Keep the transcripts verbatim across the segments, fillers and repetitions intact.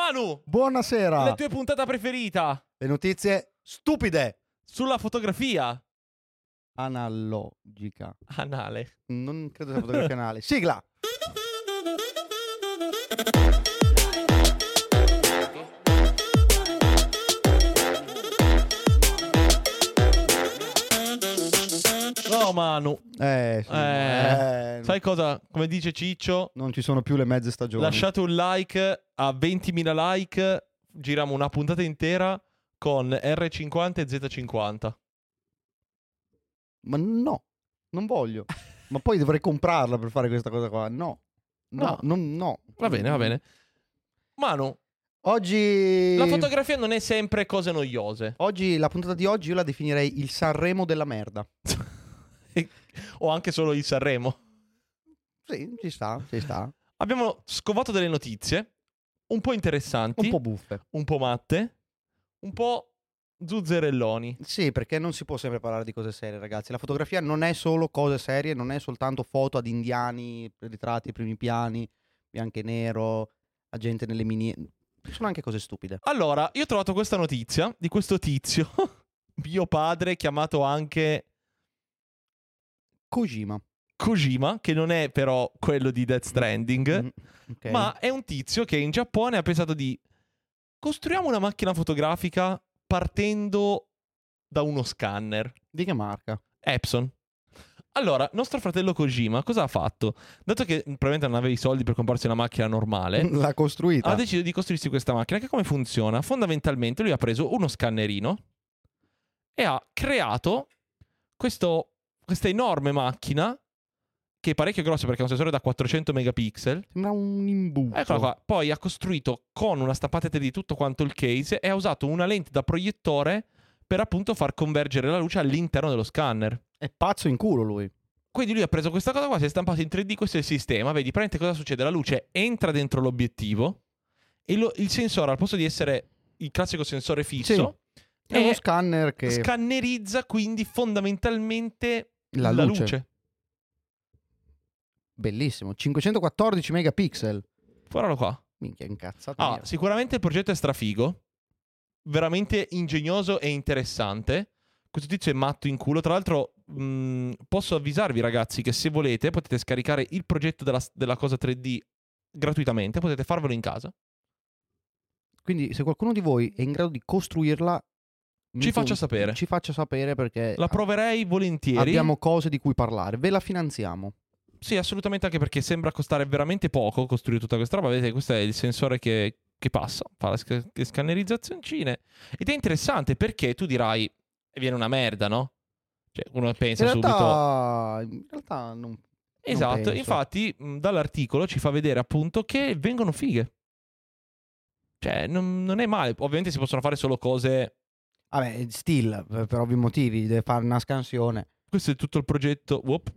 Manu! Buonasera! La tua puntata preferita? Le notizie stupide! Sulla fotografia Analogica. anale. Non credo sia fotografia anale. Sigla! No, Manu. Eh, sì, Eh, eh, Sai cosa? Come dice Ciccio, non ci sono più le mezze stagioni. lasciate un like a ventimila like. Giriamo una puntata intera con R cinquanta e Z cinquanta. Ma no, non voglio. Ma poi dovrei comprarla per fare questa cosa qua. No. No, No. non- no. Va bene, va bene. Manu, Oggi... la fotografia non è sempre cose noiose. Oggi, la puntata di oggi io la definirei il Sanremo della merda. O anche solo il Sanremo. Sì, ci sta, ci sta. Abbiamo scovato delle notizie un po' interessanti, Un po' buffe. un po' matte, un po' zuzzerelloni. Sì, perché non si può sempre parlare di cose serie, ragazzi. La fotografia non è solo cose serie, non è soltanto foto ad indiani, ritratti ai primi piani, bianco e nero, la gente nelle mini... Sono anche cose stupide. Allora, io ho trovato questa notizia di questo tizio, mio padre, chiamato anche Kojima. Kojima, che non è però quello di Death Stranding, Mm, ok. ma è un tizio che in Giappone ha pensato di costruiamo una macchina fotografica partendo da uno scanner. Di che marca? Epson. Allora, nostro fratello Kojima cosa ha fatto? Dato che probabilmente non aveva i soldi per comprarsi una macchina normale, L'ha costruita. ha deciso di costruirsi questa macchina. Che come funziona? Fondamentalmente lui ha preso uno scannerino e ha creato questo, questa enorme macchina che è parecchio grossa perché è un sensore da quattrocento megapixel. Sembra un imbuto. Eccola qua. Poi ha costruito con una stampata tre D tutto quanto il case e ha usato una lente da proiettore per appunto far convergere la luce all'interno dello scanner. È pazzo in culo lui. Quindi lui ha preso questa cosa qua, si è stampato in tre D, questo è il sistema. Vedi, praticamente cosa succede? La luce entra dentro l'obiettivo e lo- il sensore, al posto di essere il classico sensore fisso, È uno scanner che... scannerizza quindi fondamentalmente La la, luce. luce. Bellissimo. cinquecentoquattordici megapixel. Guardalo qua. Minchia, incazzata Ah, mia. sicuramente il progetto è strafigo, veramente ingegnoso e interessante. Questo tizio è matto in culo. Tra l'altro, mh, posso avvisarvi, ragazzi, che se volete potete scaricare il progetto della, della cosa tre D gratuitamente. Potete farvelo in casa. Quindi se qualcuno di voi è in grado di costruirla, mi Ci fu- faccia sapere. Ci faccia sapere perché La proverei volentieri. abbiamo cose di cui parlare. Ve la finanziamo. Sì, assolutamente, anche perché sembra costare veramente poco costruire tutta questa roba. Vedete, questo è il sensore che, che passa, fa le, sc- le scannerizzazioni. Ed è interessante perché tu dirai, e viene una merda, no? Cioè, uno pensa In subito... realtà, in realtà non... Esatto, penso. infatti mh, dall'articolo ci fa vedere appunto che vengono fighe. Cioè, non, non è male. Ovviamente si possono fare solo cose... Vabbè, still, per, per ovvi motivi, deve fare una scansione. Questo è tutto il progetto... Whoop.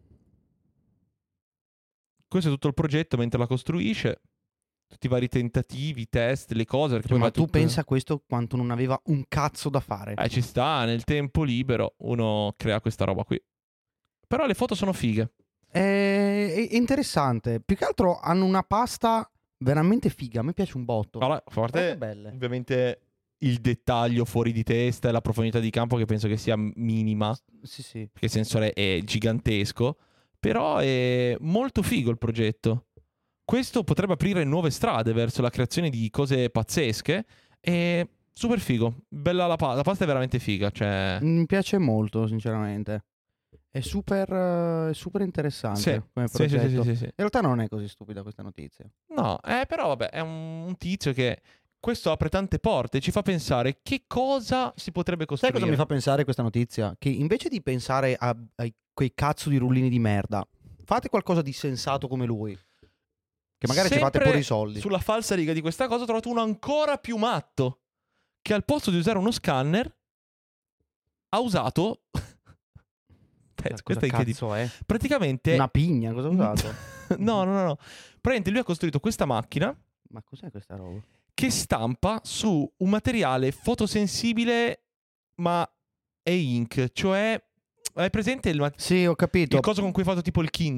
Questo è tutto il progetto mentre la costruisce. Tutti i vari tentativi, test, le cose. Perché Cioè, poi ma va tu tutto- pensa a questo quanto non aveva un cazzo da fare. Eh, ci sta, nel tempo libero uno crea questa roba qui. Però le foto sono fighe. È, è interessante. Più che altro hanno una pasta veramente figa. A me piace un botto. Allora, a parte Guarda che belle. ovviamente il dettaglio fuori di testa e la profondità di campo che penso che sia minima, Sì, sì. perché il sensore è gigantesco, però è molto figo il progetto. Questo potrebbe aprire nuove strade verso la creazione di cose pazzesche e super figo. Bella la pasta, la pasta è veramente figa, cioè... Mi piace molto, sinceramente. È super, eh, è super interessante Sì, come sì, sì, sì, progetto. sì, sì, sì. In realtà non è così stupida questa notizia. No, eh, però vabbè, è un, un tizio che questo apre tante porte e ci fa pensare che cosa si potrebbe Sai costruire. cosa mi fa pensare questa notizia? Che invece di pensare a, a quei cazzo di rullini di merda, fate qualcosa di sensato come lui. Che magari ci fate Sempre pure i soldi. sulla falsa riga di questa cosa ho trovato uno ancora più matto, che al posto di usare uno scanner ha usato... Pensa, Cosa questa è incredibile. cazzo è? Praticamente... Una pigna, cosa ha usato? no, no, no, no. Praticamente lui ha costruito questa macchina Ma cos'è questa roba? che stampa su un materiale fotosensibile ma è ink, cioè hai presente il, mat- Sì, ho capito. il coso con cui hai fatto tipo il Kindle?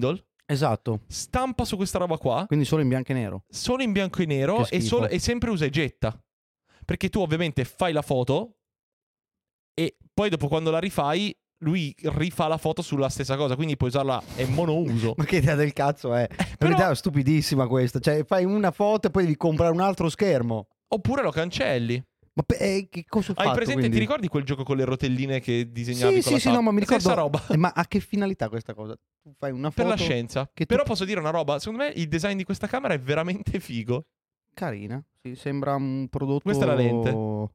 Esatto. Stampa su questa roba qua. Quindi solo in bianco e nero. Solo in bianco e nero Che e, schifo. solo, e sempre usa e getta. Perché tu ovviamente fai la foto e poi dopo quando la rifai lui rifà la foto sulla stessa cosa, quindi puoi usarla è monouso. Ma che idea del cazzo è? È però- un'idea stupidissima questa. Cioè fai una foto e poi devi comprare un altro schermo. Oppure lo cancelli. Ma pe- eh, che cosa ho Hai fatto, presente, quindi? ti ricordi quel gioco con le rotelline che disegnavi Sì, con sì, la sì, tab- no, ma mi ricordo. Stessa roba. Eh, ma a che finalità questa cosa? Tu fai una Per foto la scienza. che tu- Però posso dire una roba, secondo me il design di questa camera è veramente figo. carina. Sì, sembra un prodotto. Questa è la lente.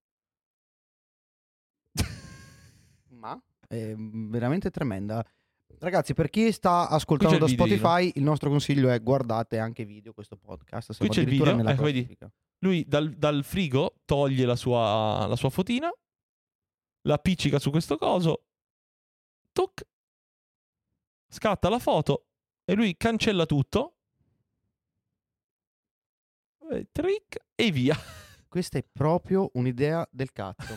Ma è veramente tremenda. Ragazzi, per chi sta ascoltando da Qui c'è il videino. Spotify, il nostro consiglio è guardate anche video questo podcast. Qui Siamo c'è il addirittura video, nella ecco, vedi? classifica. Lui dal, dal frigo toglie la sua, la sua fotina, la appiccica su questo coso, tuc, scatta la foto e lui cancella tutto, eh, trick, e via. Questa è proprio un'idea del cazzo.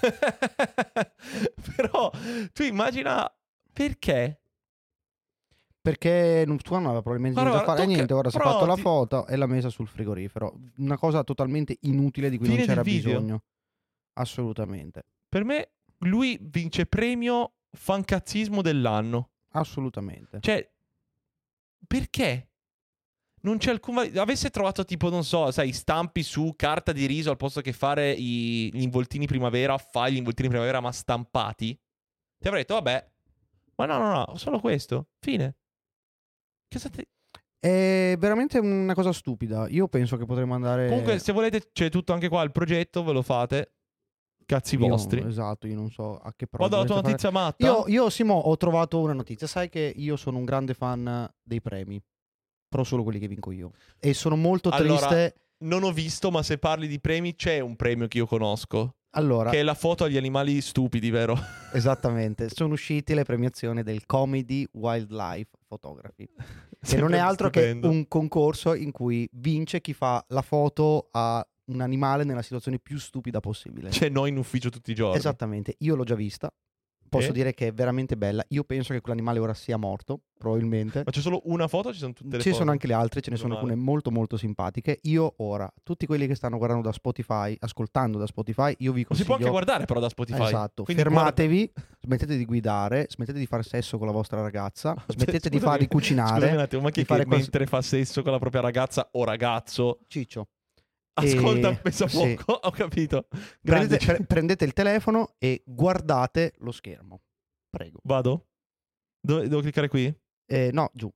Però tu immagina perché? Perché non- tu non aveva probabilmente Guarda, niente da fare. guarda, E niente, ora si è però fatto la ti- foto e l'ha messa sul frigorifero. Una cosa totalmente inutile di cui Fine non c'era del video. bisogno. Assolutamente. Per me lui vince premio fancazzismo dell'anno. Assolutamente. Cioè, perché? Non c'è alcun... val- Avesse trovato tipo, non so, sai, stampi su carta di riso al posto che fare i... gli involtini primavera, fai gli involtini primavera ma stampati, ti avrei detto, vabbè, ma no, no, no, solo questo, fine. Che state... È veramente una cosa stupida. Io penso che potremmo andare. Comunque, se volete, c'è tutto anche qua il progetto, ve lo fate. Cazzi Io- vostri. esatto, io non so a che Vado alla tua volete notizia matta. fare. Io, io, Simo, ho trovato una notizia. Sai che io sono un grande fan dei premi, però solo quelli che vinco io. E sono molto Allora, triste. non ho visto, ma se parli di premi, c'è un premio che io conosco. Allora, Che è la foto agli animali stupidi, vero? esattamente, sono uscite le premiazioni del Comedy Wildlife Photography. Che non Sempre è altro stupendo. che un concorso in cui vince chi fa la foto a un animale nella situazione più stupida possibile. C'è noi in ufficio tutti i giorni. Esattamente, io l'ho già vista. Posso Eh? dire che è veramente bella. Io penso che quell'animale ora sia morto, probabilmente. Ma c'è solo una foto o ci sono tutte le Ci foto? sono anche le altre, ce ne Meno sono male. alcune molto molto simpatiche. Io ora, tutti quelli che stanno guardando da Spotify, ascoltando da Spotify, io vi Lo si consiglio... può anche guardare però da Spotify. Esatto, Quindi fermatevi, smettete di guidare, smettete di fare sesso con la vostra ragazza, guarda- smettete di Scusami- fare di cucinare. Scusami un attimo, ma chi di è che fare quals- mentre fa sesso con la propria ragazza o ragazzo Ciccio. ascolta E- pensa sì. poco? Ho capito. Grande. Prendete, pre- prendete il telefono e guardate lo schermo. Prego. Vado? Dove- devo cliccare qui? Eh, no, giù.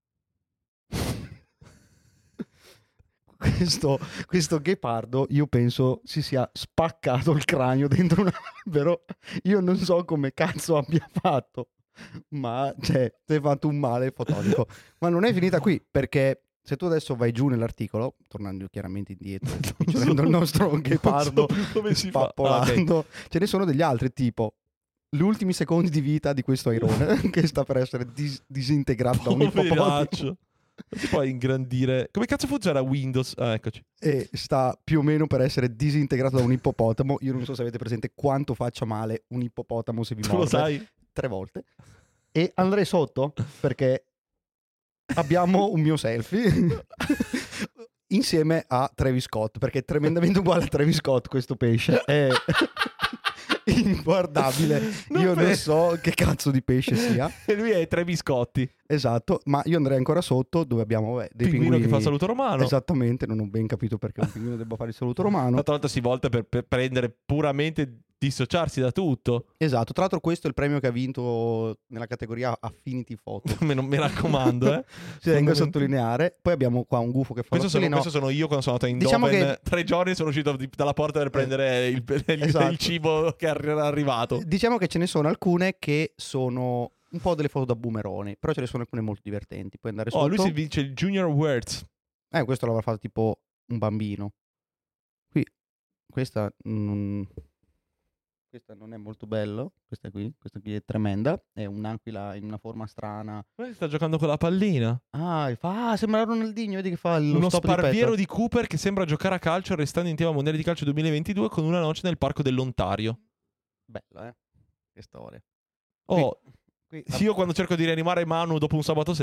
Questo, questo ghepardo io penso si sia spaccato il cranio dentro un albero. Io non so come cazzo abbia fatto, ma cioè, si è fatto un male fotonico. Ma non è finita qui, perché se tu adesso vai giù nell'articolo, tornando chiaramente indietro, dicendo il nostro ghepardo non so più come si fa. Ah, ok. spappolando, ce ne sono degli altri, tipo gli ultimi secondi di vita di questo airone che sta per essere dis- disintegrato da un ippopotamo. Poveraccio. Non si può ingrandire. Come cazzo funziona Windows? Ah, eccoci. E sta più o meno per essere disintegrato da un ippopotamo. Io non so se avete presente quanto faccia male un ippopotamo se vi Tu lo morde. sai? Tre volte. E andrei sotto perché abbiamo un mio selfie insieme a Travis Scott, perché è tremendamente uguale a Travis Scott questo pesce. È inguardabile. Non Io non pe- so che cazzo di pesce sia. E lui è tre biscotti. Esatto, ma io andrei ancora sotto dove abbiamo vabbè, dei Pinguino pinguini. che fa saluto romano. Esattamente, non ho ben capito perché un pinguino debba fare il saluto romano. L'altra volta si volta per, per prendere puramente dissociarsi da tutto. Esatto, tra l'altro questo è il premio che ha vinto nella categoria Affinity Photo. Me- non- mi raccomando, eh. Si tengo a sottolineare. Poi abbiamo qua un gufo che fa Questo sono, l'occhiolino. questo sono io quando sono andato in Diciamo Doven. che- Tre giorni sono uscito di- dalla porta per prendere il, il- Esatto. il cibo che era arrivato. Diciamo che ce ne sono alcune che sono un po' delle foto da boomeroni, però ce ne sono alcune molto divertenti. Puoi andare sotto. Oh, lui si vince il Junior Words. Eh, questo l'avrà fatto tipo un bambino. Qui, questa non... questa non è molto bello. Questa qui, questa qui è tremenda. È un'aquila in una forma strana. Ma sta giocando con la pallina. Ah, fa... ah, sembra Ronaldinho, vedi che fa lo Uno stop di sparviero petto. di Cooper che sembra giocare a calcio restando in tema mondiale di calcio duemilaventidue con una noce nel parco dell'Ontario. Bello, eh? Che storia. Oh, Qui- sì, io quando cerco di rianimare Manu dopo un sabato sera.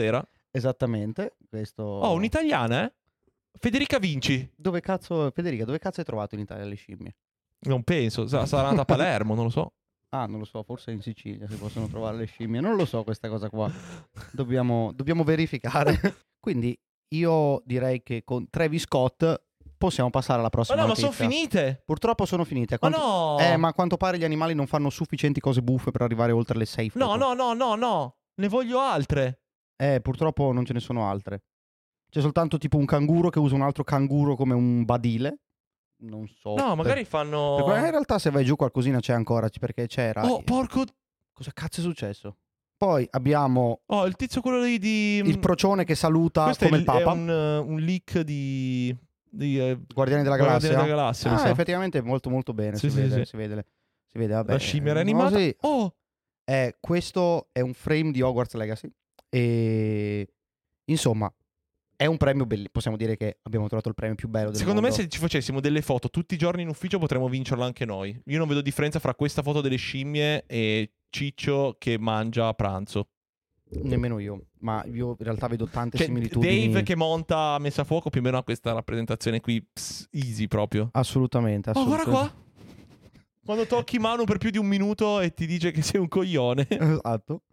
Esattamente. Questo... Oh, un'italiana, eh? Federica Vinci. Dove cazzo, Federica, dove cazzo hai trovato in Italia le scimmie? Non penso, sa- sarà nata a Palermo, non lo so. Ah, non lo so, forse in Sicilia si possono trovare le scimmie. Non lo so questa cosa qua. Dobbiamo, dobbiamo verificare. Quindi io direi che con Travis Scott possiamo passare alla Ma prossima no, ma notizia. sono finite. Purtroppo sono finite. A Ma quanto- no. Eh, ma a quanto pare gli animali non fanno sufficienti cose buffe per arrivare oltre le sei foto. No, no, no, no, no. Ne voglio altre. Eh, purtroppo non ce ne sono altre. C'è soltanto tipo un canguro che usa un altro canguro come un badile. Non so. No, per- magari fanno... perché in realtà se vai giù qualcosina c'è ancora, c- perché c'era. Oh, porco... Cosa cazzo è successo? Poi abbiamo Oh, il tizio quello lì di... il procione che saluta Questo come è, il Papa. è un, uh, un leak di... di eh, Guardiani della Guardiani Galassia. della Galassia, mi Ah, sa. effettivamente molto molto bene. Sì, si, sì, vede, sì. si vede, si vede, vabbè. La scimmia era eh, animata. sì. Oh, Eh, questo è un frame di Hogwarts Legacy. E insomma, è un premio bellissimo. Possiamo dire che abbiamo trovato il premio più bello del secondo mondo. me se ci facessimo delle foto tutti i giorni in ufficio potremmo vincerla anche noi. Io non vedo differenza fra questa foto delle scimmie e Ciccio che mangia a pranzo. Nemmeno io, ma io in realtà vedo tante Cioè, similitudini. Dave che monta a messa a fuoco più o meno ha questa rappresentazione qui pss, easy proprio. Assolutamente, Oh, assolutamente. guarda qua. Quando tocchi Manu per più di un minuto e ti dice che sei un coglione. Esatto.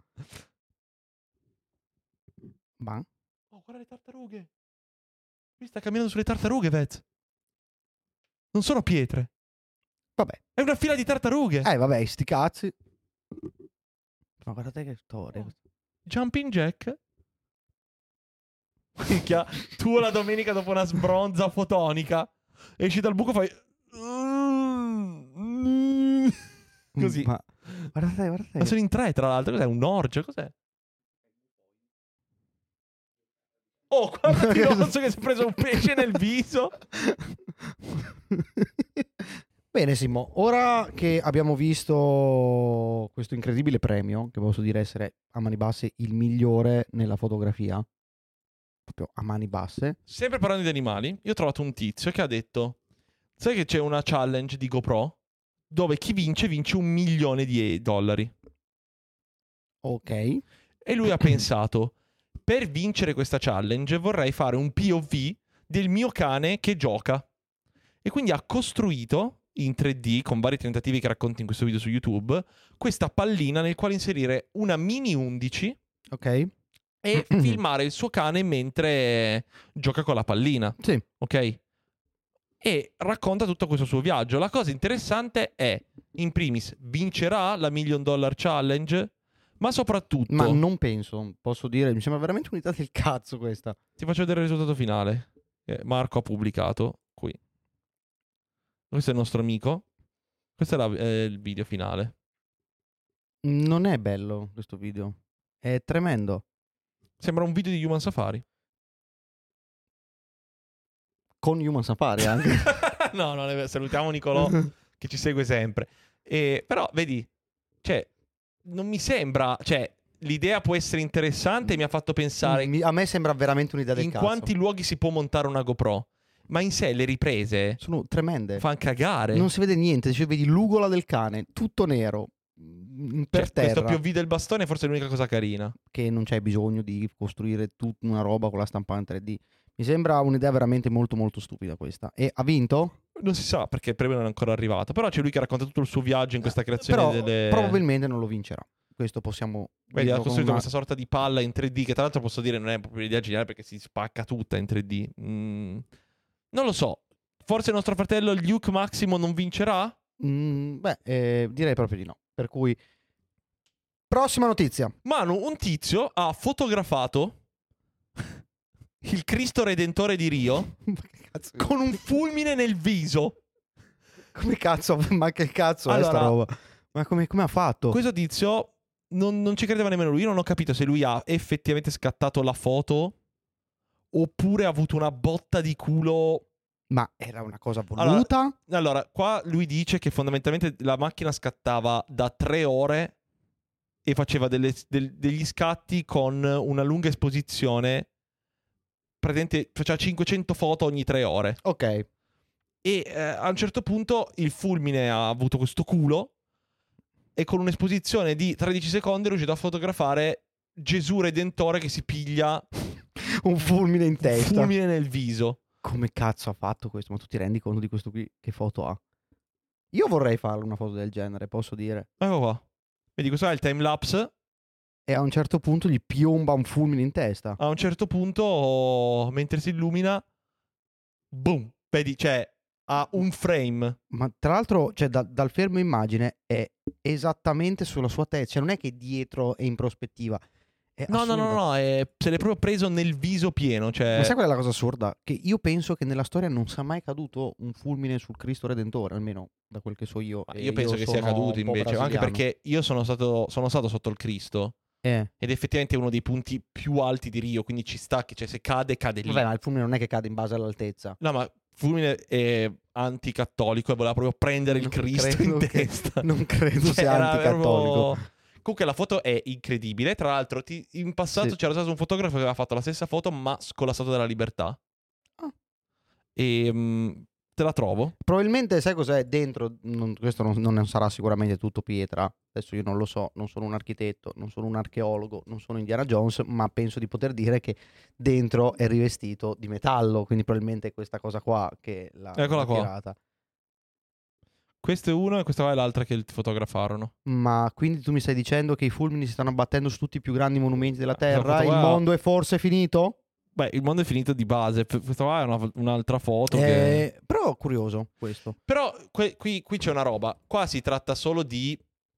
Ma Oh, guarda le tartarughe. Qui sta camminando sulle tartarughe, Vez. Non sono pietre. vabbè. È una fila di tartarughe. Eh, vabbè, sti cazzi. Ma guardate che storia. Jumping Jack. Minchia, tu la domenica dopo una sbronza fotonica esci dal buco fai... Così. Ma guardate, guardate. Ma sono in tre, tra l'altro. Cos'è? Un orge? Cos'è? Oh, guarda Tirozzo che si è preso un pesce nel viso. Bene, Simo. Ora che abbiamo visto questo incredibile premio, che posso dire essere a mani basse il migliore nella fotografia, proprio a mani basse. Sempre parlando di animali, io ho trovato un tizio che ha detto: sai che c'è una challenge di GoPro dove chi vince vince un milione di dollari. Ok. E lui ha pensato: per vincere questa challenge vorrei fare un P O V del mio cane che gioca. E quindi ha costruito in tre D, con vari tentativi che racconti in questo video su YouTube, questa pallina nel quale inserire una mini undici Ok. e filmare il suo cane mentre gioca con la pallina. Sì. Ok? E racconta tutto questo suo viaggio. La cosa interessante è, in primis, vincerà la Million Dollar Challenge, ma soprattutto... Ma non penso, posso dire, mi sembra veramente un'idea del cazzo questa. Ti faccio vedere il risultato finale. Che Marco ha pubblicato qui. Questo è il nostro amico. Questo è, la- è il video finale. Non è bello questo video. È tremendo. Sembra un video di Human Safari. Con Human Safari anche. no, no, salutiamo Nicolò che ci segue sempre. E, però, vedi, cioè, non mi sembra... Cioè, l'idea può essere interessante e mi ha fatto pensare... Mi- a me sembra veramente un'idea del in cazzo. quanti luoghi si può montare una GoPro? Ma in sé le riprese Sono tremende. fanno cagare. Non si vede niente, cioè vedi l'ugola del cane, tutto nero, mm, per Cioè, terra. questo P O V del bastone forse è l'unica cosa carina. Che non c'è bisogno di costruire tutta una roba con la stampante tre D. Mi sembra un'idea veramente molto molto stupida questa. E ha vinto? Non si sa perché il premio non è ancora arrivato. Però c'è lui che racconta tutto il suo viaggio in questa creazione Però delle... probabilmente non lo vincerà. Questo possiamo Vedi, dirlo ha con costruito una- questa sorta di palla in tre D che tra l'altro posso dire non è proprio l'idea geniale perché si spacca tutta in tre D. Mm, non lo so. Forse il nostro fratello Luke Maximo non vincerà? Mm, beh, eh, direi proprio di no. Per cui prossima notizia. Manu, un tizio ha fotografato il Cristo Redentore di Rio Ma che cazzo? con un fulmine nel viso. Come cazzo? Ma che cazzo è Allora, sta roba? Ma come, come ha fatto? Questo tizio non, non ci credeva nemmeno lui. Io non ho capito se lui ha effettivamente scattato la foto oppure ha avuto una botta di culo. Ma era una cosa voluta? Allora, qua lui dice che fondamentalmente la macchina scattava da tre ore e faceva delle- del- degli scatti con una lunga esposizione. Praticamente faceva cinquecento foto ogni tre ore. Ok. E eh, a un certo punto il fulmine ha avuto questo culo e con un'esposizione di tredici secondi è riuscito a fotografare Gesù Redentore che si piglia Un fulmine in testa. Un fulmine nel viso. Come cazzo ha fatto questo? Ma tu ti rendi conto di questo qui? Che foto ha? Io vorrei fare una foto del genere, posso dire. Ecco qua. Vedi, questo è il time lapse. E a un certo punto gli piomba un fulmine in testa. A un certo punto, mentre si illumina, boom. Vedi, cioè, ha un frame. Ma tra l'altro, cioè, da- dal fermo immagine è esattamente sulla sua testa. Cioè, non è che dietro è in prospettiva. È No, no, no, assurdo. no, è, se l'è proprio preso nel viso pieno. Cioè... Ma sai qual è la cosa assurda? Che io penso che nella storia non sia mai caduto un fulmine sul Cristo Redentore, almeno da quel che so io. Ma E io penso che sia sono caduto un po' invece, anche brasiliano. perché io sono stato, sono stato sotto il Cristo Eh. ed effettivamente è uno dei punti più alti di Rio, quindi ci sta che, cioè, se cade, cade lì. Vabbè, ma il fulmine non è che cade in base all'altezza. No, ma Fulmine è anticattolico e voleva proprio prendere il Non Cristo credo in che- testa. Non credo Cioè, sia era anticattolico. proprio- Comunque la foto è incredibile. Tra l'altro, ti- in passato Sì. c'era stato un fotografo che aveva fatto la stessa foto, ma con la Statua della Libertà. Ah. E mm, te la trovo. Probabilmente sai cos'è dentro? Non- questo non, non sarà sicuramente tutto pietra. Adesso io non lo so, non sono un architetto, non sono un archeologo, non sono Indiana Jones, ma penso di poter dire che dentro è rivestito di metallo. Quindi probabilmente è questa cosa qua che l'ha, Eccola l'ha qua. tirata. Questo è uno e questa qua è l'altra che fotografarono. Ma quindi tu mi stai dicendo che i fulmini si stanno abbattendo su tutti i più grandi monumenti della Questa Terra? foto Il qua- mondo è forse finito? Beh, il mondo è finito di base. F- Questa qua è una- un'altra foto. che... Eh, però curioso questo. Però que- qui, qui c'è una roba. Qua si tratta solo di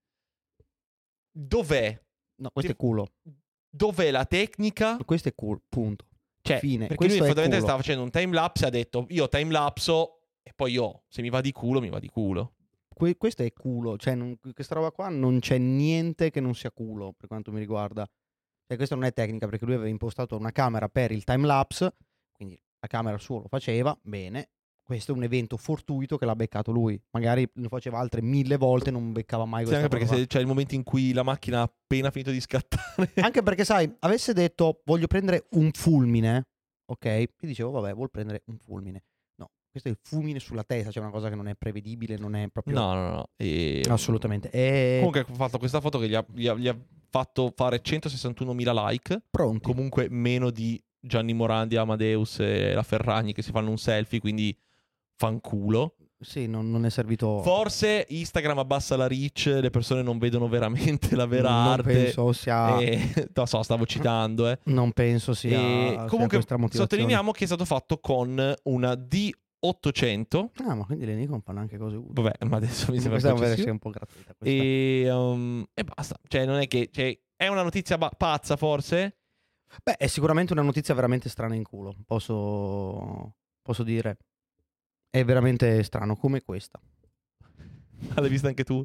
dov'è. No, questo Ti- è culo. Dov'è la tecnica? Questo è culo, punto. Cioè, Fine. perché lui Questo è fondamentalmente culo. stava facendo un time lapse e ha detto io time lapso e poi io, se mi va di culo, mi va di culo. Que- questo è culo, cioè non- questa roba qua non c'è niente che non sia culo per quanto mi riguarda. Cioè, questa non è tecnica perché lui aveva impostato una camera per il time lapse, quindi la camera sua lo faceva bene. Questo è un evento fortuito che l'ha beccato lui. Magari lo faceva altre mille volte e non beccava mai Sì, questa anche perché cosa se c'è il momento in cui la macchina ha appena finito di scattare. qua. Anche perché sai, avesse detto voglio prendere un fulmine, ok? Io dicevo vabbè, vuol prendere un fulmine. No, questo è il fulmine sulla testa, cioè una cosa che non è prevedibile, non è proprio No, no, no. E... assolutamente. E Comunque ha fatto questa foto che gli ha, gli ha- gli ha fatto fare centosessantunomila like. pronti. Comunque meno di Gianni Morandi, Amadeus e la Ferragni che si fanno un selfie, quindi fanculo. Sì, non, non è servito. Forse Instagram abbassa la reach, le persone non vedono veramente la vera non arte. penso sia E, non so, stavo citando, eh. non penso sia, E sia comunque questa motivazione. sottolineiamo che è stato fatto con una D ottocento. Ah, ma quindi le Nikon fanno anche cose utili. Vabbè, ma adesso mi sembra Questa deve eccessivo. essere un po' gratuita questa. E, um, e basta. Cioè, non è che cioè, è una notizia ba- pazza, forse. Beh, è sicuramente una notizia veramente strana in culo. Posso posso dire. È veramente strano come questa. L'hai vista anche tu?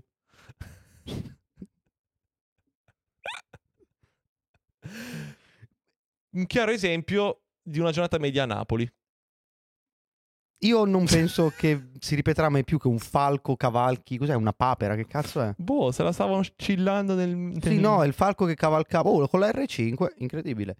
Un chiaro esempio di una giornata media a Napoli. Io non penso che si ripeterà mai più che un falco cavalchi. Cos'è? Una papera? Che cazzo è? Boh, se la stavano scillando nel... Sì, no, è il falco che cavalcava. Oh, con la R cinque, incredibile.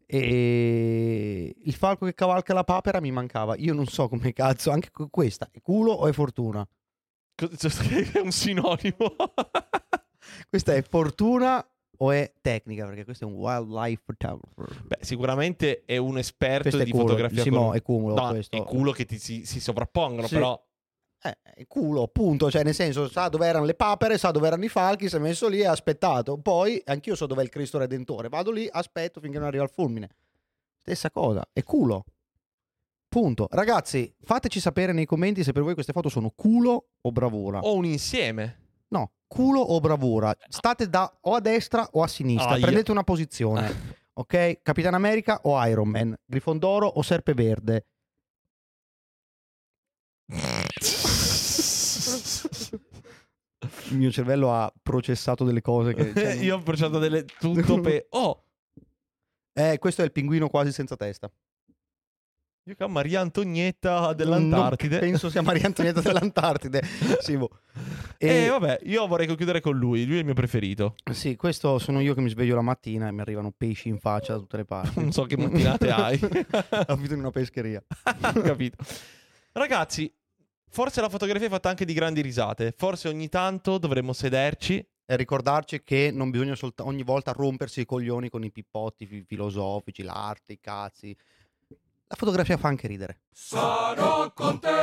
E il falco che cavalca la papera mi mancava. Io non so come cazzo. Anche con questa è culo o è fortuna? È un sinonimo. Questa è fortuna o è tecnica? Perché questo è un wildlife photographer. Beh, sicuramente è un esperto Questo è di culo. fotografia. Sì, con- mo, è culo No, questo. è culo che ti si, si sovrappongono, Sì. però... Eh, è culo, appunto. Cioè, nel senso, sa dove erano le papere, sa dove erano i falchi, si è messo lì e ha aspettato. Poi, anch'io so dov'è il Cristo Redentore. Vado lì, aspetto finché non arriva il fulmine. Stessa cosa, è culo. Punto. Ragazzi, fateci sapere nei commenti se per voi queste foto sono culo o bravura. O un insieme. No, culo o bravura. State da o a destra o a sinistra. Aia. Prendete una posizione. Ok? Capitan America o Iron Man? Grifondoro o Serpeverde? Il mio cervello ha processato delle cose che... cioè, non- Io ho bruciato delle... tutto per... Oh! Eh, questo è il pinguino quasi senza testa. Io che Maria Antonietta dell'Antartide. Non penso sia Maria Antonietta dell'Antartide. Sì, boh. E E- vabbè, io vorrei concludere con lui. Lui è il mio preferito. Sì, questo sono io che mi sveglio la mattina e mi arrivano pesci in faccia da tutte le parti. Non so che mattinate hai. Abito in una pescheria. Ho capito. Ragazzi, forse la fotografia è fatta anche di grandi risate. Forse ogni tanto dovremmo sederci E ricordarci che non bisogna solta- ogni volta rompersi i coglioni con i pippotti fi- filosofici, l'arte, i cazzi. La fotografia fa anche ridere. Sarò con te.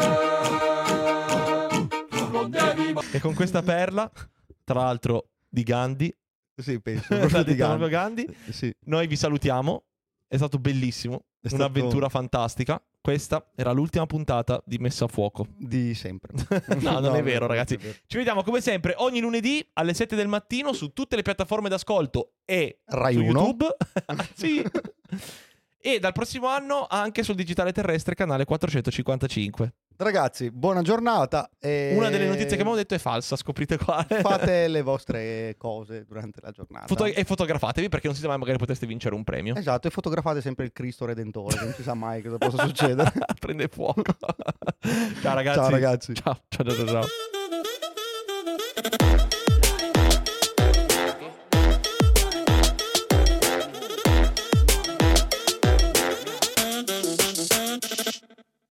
Tu non devi mai. E con questa perla, tra l'altro di Gandhi, Sì, penso. da proprio di detto proprio Gandhi. Gandhi, Sì. noi vi salutiamo. È stato bellissimo, È stato- un'avventura fantastica. Questa era l'ultima puntata di Messa a Fuoco. Di sempre. No, non è vero, ragazzi. è vero. Ci vediamo come sempre ogni lunedì alle sette del mattino su tutte le piattaforme d'ascolto e Rai su uno. YouTube. Sì. E dal prossimo anno anche sul digitale terrestre canale quattrocentocinquantacinque. Ragazzi, buona giornata. E... Una delle notizie che abbiamo detto è falsa, scoprite quale. Fate le vostre cose durante la giornata. Foto- e fotografatevi perché non si sa mai, magari potreste vincere un premio. Esatto, e fotografate sempre il Cristo Redentore, che non si sa mai cosa possa succedere. Prende fuoco. Ciao ragazzi. Ciao ragazzi. Ciao, ciao, ciao, ciao. ciao.